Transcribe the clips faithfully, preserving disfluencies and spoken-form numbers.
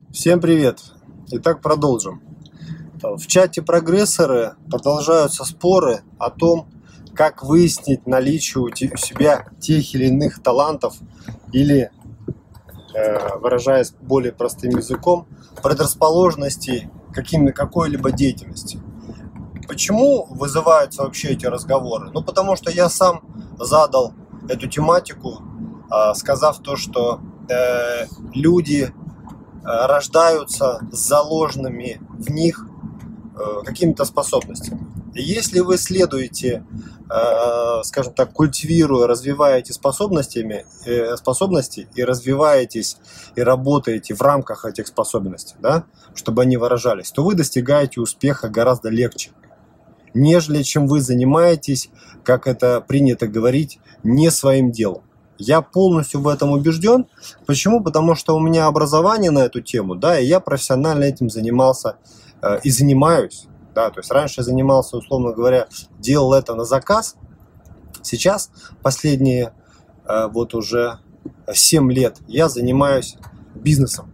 Всем привет! Итак, продолжим. В чате прогрессоры продолжаются споры о том, как выяснить наличие у себя тех или иных талантов или, э, выражаясь более простым языком, предрасположенностей к какой-либо деятельности. Почему вызываются вообще эти разговоры? Ну, потому что я сам задал эту тематику, э, сказав то, что э, люди рождаются с заложенными в них э, какими-то способностями. И если вы следуете, э, скажем так, культивируя, развиваете способностями, э, способности и развиваетесь и работаете в рамках этих способностей, да, чтобы они выражались, то вы достигаете успеха гораздо легче, нежели чем вы занимаетесь, как это принято говорить, не своим делом. Я полностью в этом убежден. Почему? Потому что у меня образование на эту тему, да, и я профессионально этим занимался э, и занимаюсь. Да, то есть раньше я занимался, условно говоря, делал это на заказ. Сейчас, последние э, вот уже семь лет, я занимаюсь бизнесом.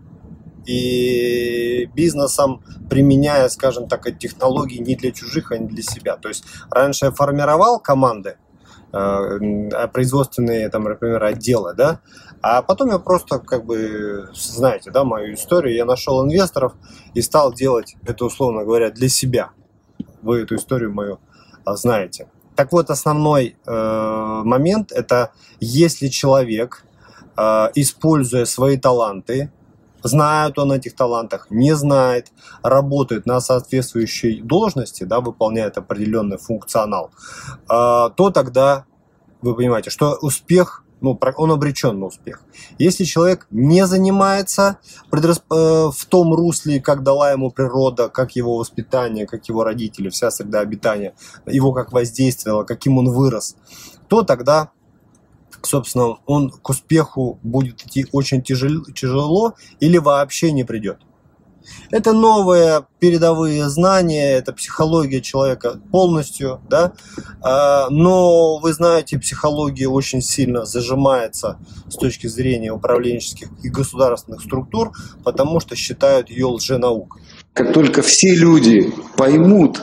И бизнесом, применяя, скажем так, эти технологии не для чужих, а не для себя. То есть раньше я формировал команды, производственные, там, например, отделы, да, а потом я просто, как бы, знаете, да, мою историю, я нашел инвесторов и стал делать это, условно говоря, для себя. Вы эту историю мою знаете. Так вот, основной э, момент – это если человек, э, используя свои таланты, знает он о этих талантах, не знает, работает на соответствующей должности, да, выполняет определенный функционал, то тогда вы понимаете, что успех, ну, он обречен на успех. Если человек не занимается в том русле, как дала ему природа, как его воспитание, как его родители, вся среда обитания, его как воздействовало, каким он вырос, то тогда, собственно, он к успеху будет идти очень тяжело, тяжело или вообще не придет. Это новые передовые знания, это психология человека полностью, да, но вы знаете, психология очень сильно зажимается с точки зрения управленческих и государственных структур, потому что считают ее лженаукой. Как только все люди поймут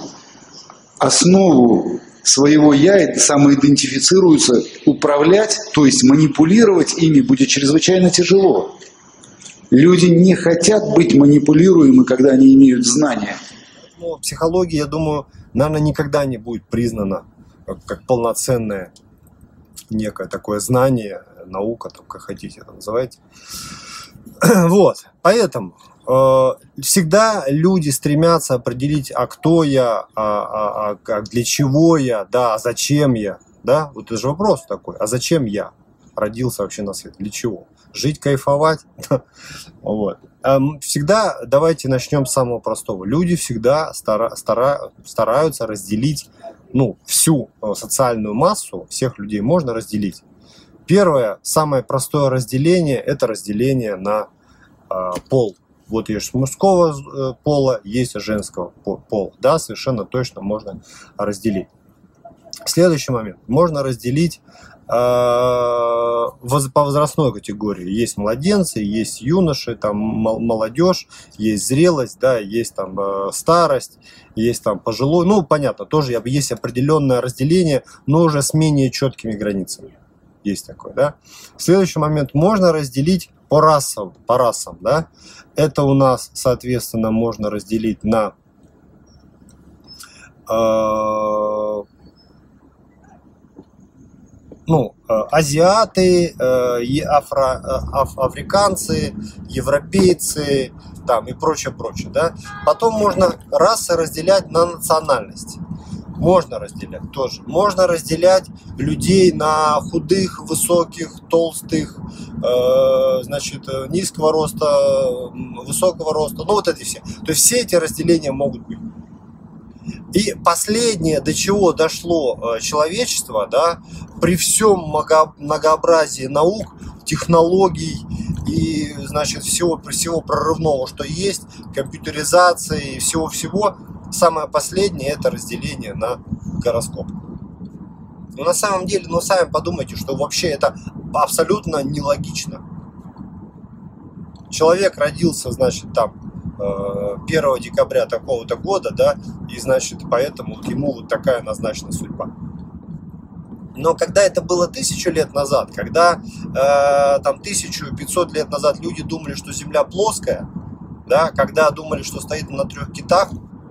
основу своего «я» и самоидентифицируются, управлять, то есть манипулировать ими будет чрезвычайно тяжело. Люди не хотят быть манипулируемы, когда они имеют знания. Ну, психология, я думаю, наверное, никогда не будет признана как, как полноценное некое такое знание, наука, там, как хотите это называйте. Вот, поэтому э, всегда люди стремятся определить, а кто я, а, а, а для чего я, да, а зачем я, да, вот это же вопрос такой, а зачем я родился вообще на свет, для чего? Жить, кайфовать? Вот. Всегда давайте начнем с самого простого. Люди всегда стара, стара, стараются разделить, ну, всю социальную массу, всех людей можно разделить. Первое, самое простое разделение, это разделение на э, пол. Вот есть мужского пола, есть женского пола. Да, совершенно точно можно разделить. Следующий момент. Можно разделить по возрастной категории. Есть младенцы, есть юноши, там молодежь, есть зрелость, да, есть там старость, есть там пожилой. Ну, понятно, тоже есть определенное разделение, но уже с менее четкими границами. Есть такое, да. Следующий момент. Можно разделить по расам, по расам, да. Это у нас, соответственно, можно разделить на э, ну, азиаты, афро, аф, африканцы, европейцы, там и прочее, прочее, да. Потом можно расы разделять на национальности. Можно разделять тоже. Можно разделять людей на худых, высоких, толстых, э, значит, низкого роста, высокого роста, ну вот эти все. То есть все эти разделения могут быть. И последнее, до чего дошло человечество, да, при всем многообразии наук, технологий и, значит, всего, всего прорывного, что есть, компьютеризации и всего-всего, самое последнее – это разделение на гороскоп. Но на самом деле, ну сами подумайте, что вообще это абсолютно нелогично. человек родился, значит, там первого декабря такого-то года, да, и, значит, поэтому вот ему вот такая назначена судьба. Но когда это было тысячу лет назад, когда э, там тысячу пятьсот лет назад люди думали, что Земля плоская, да, когда думали, что стоит на трех китах,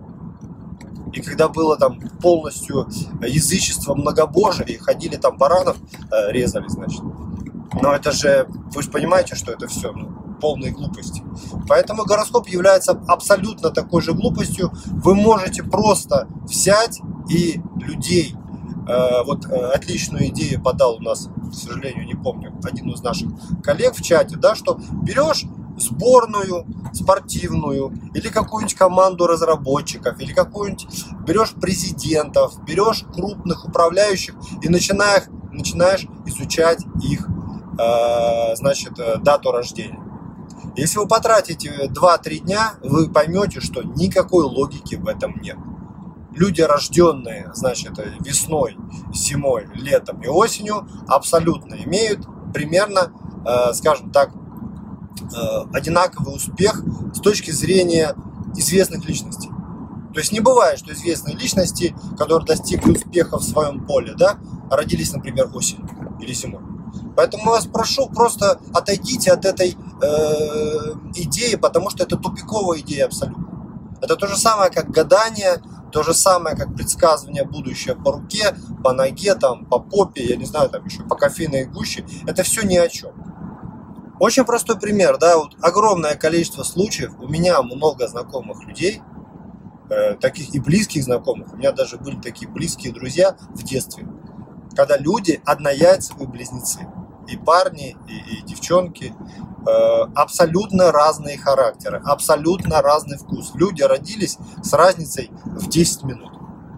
и когда было там полностью язычество, многобожие, ходили там баранов, э, резали, значит. Но это же, вы же понимаете, что это все, ну, полной глупости. Поэтому гороскоп является абсолютно такой же глупостью. Вы можете просто взять и людей, э, вот э, отличную идею подал у нас, к сожалению, не помню, один из наших коллег в чате, да, что берешь сборную спортивную или какую-нибудь команду разработчиков, или какую-нибудь берешь президентов, берешь крупных управляющих и начинаешь, начинаешь изучать их, э, значит, дату рождения. Если вы потратите два-три дня, вы поймете, что никакой логики в этом нет. Люди, рожденные, значит, весной, зимой, летом и осенью, абсолютно имеют примерно, э, скажем так, э, одинаковый успех с точки зрения известных личностей. То есть не бывает, что известные личности, которые достигли успеха в своем поле, да, родились, например, осенью или зимой. Поэтому я вас прошу, просто отойдите от этой э, идеи, потому что это тупиковая идея абсолютно. Это то же самое, как гадание, то же самое, как предсказывание будущего по руке, по ноге, там, по попе, я не знаю, там еще по кофейной гуще. Это все ни о чем. Очень простой пример, да, вот огромное количество случаев, у меня много знакомых людей, э, таких и близких знакомых, у меня даже были такие близкие друзья в детстве, когда люди однояйцевые близнецы. И парни, и, и девчонки, э, абсолютно разные характеры, абсолютно разный вкус. Люди родились с разницей в десять минут.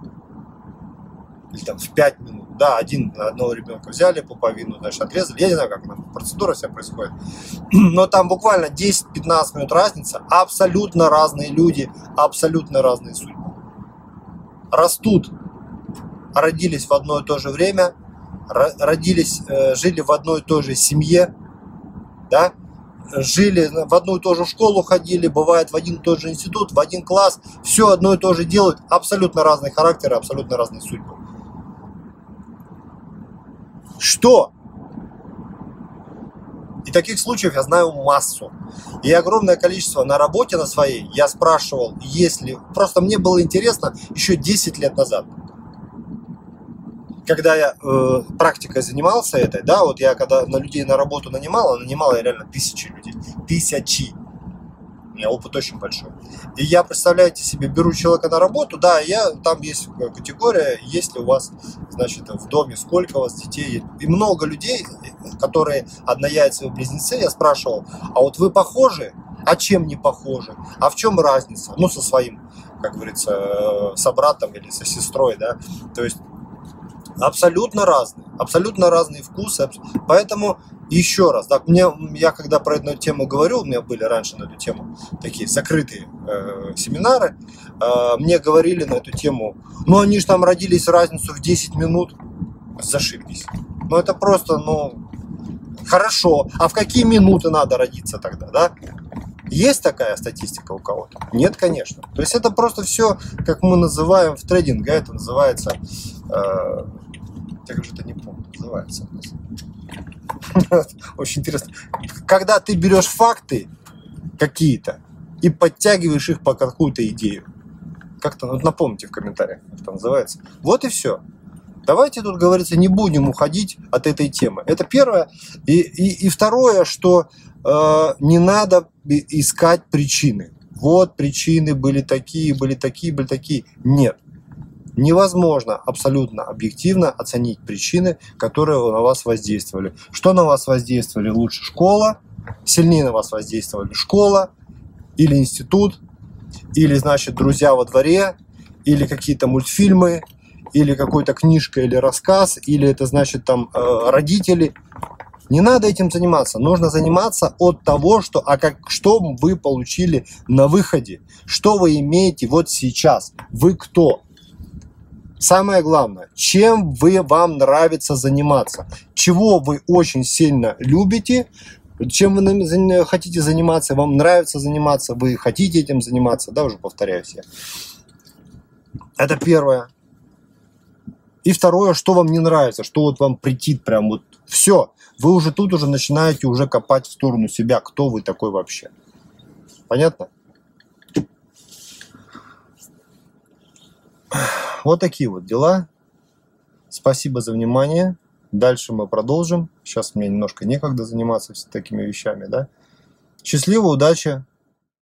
Или там в пять минут. Да, один, одного ребенка взяли, пуповину, значит, отрезали. Я не знаю, как там процедура вся происходит. Но там буквально десять-пятнадцать минут разница. Абсолютно разные люди, абсолютно разные судьбы. Растут, родились в одно и то же время, родились, жили в одной и той же семье, да, жили в одну и ту же школу, ходили, бывает в один и тот же институт, в один класс, все одно и то же делают, абсолютно разные характеры, абсолютно разные судьбы. Что? И таких случаев я знаю массу. И огромное количество на работе на своей я спрашивал, если... Просто мне было интересно еще десять лет назад. Когда я э, практикой занимался этой, да, вот я когда на людей на работу нанимал, нанимал я реально тысячи людей, тысячи. У меня опыт очень большой. И я, представляете себе, беру человека на работу, да, я, там есть категория, если у вас, значит, в доме, сколько у вас детей, и много людей, которые однояйцевые близнецы, я спрашивал, а вот вы похожи? А чем не похожи? А в чем разница? Ну, со своим, как говорится, собратом или со сестрой, да, то есть абсолютно разные, абсолютно разные вкусы. Поэтому еще раз, так, мне, я когда про эту тему говорю, у меня были раньше на эту тему такие закрытые э, семинары, э, мне говорили на эту тему, ну они же там родились разницу в десять минут, зашибись. Ну это просто, ну, хорошо, а в какие минуты надо родиться тогда, да? Есть такая статистика у кого-то? Нет, конечно. То есть это просто все, как мы называем в трейдинге, это называется, э, я уже это не помню, называется. Очень интересно. Когда ты берешь факты какие-то и подтягиваешь их по какую-то идею. Как-то, вот напомните в комментариях, как это называется. Вот и все. Давайте тут, говорится, не будем уходить от этой темы. Это первое. И, и, и второе, что э, не надо искать причины. Вот причины были такие, были такие, были такие. Нет. Невозможно абсолютно объективно оценить причины, которые на вас воздействовали. Что на вас воздействовали лучше? Школа, сильнее на вас воздействовали школа или институт, или, значит, друзья во дворе, или какие-то мультфильмы, или какая-то книжка или рассказ, или это, значит, там родители. Не надо этим заниматься. Нужно заниматься от того, что, а как, что вы получили на выходе, что вы имеете вот сейчас. Вы кто? Самое главное, чем вы, вам нравится заниматься, чего вы очень сильно любите, Чем вы хотите заниматься, вам нравится заниматься, вы хотите этим заниматься, да, уже повторяюсь я. Это первое. И второе, что вам не нравится, что вот вам претит прям вот все. Вы уже тут уже начинаете уже копать в сторону себя, кто вы такой вообще. Понятно? Вот такие вот дела. Спасибо за внимание. Дальше мы продолжим. Сейчас мне немножко некогда заниматься такими вещами, да. Счастливо, удачи.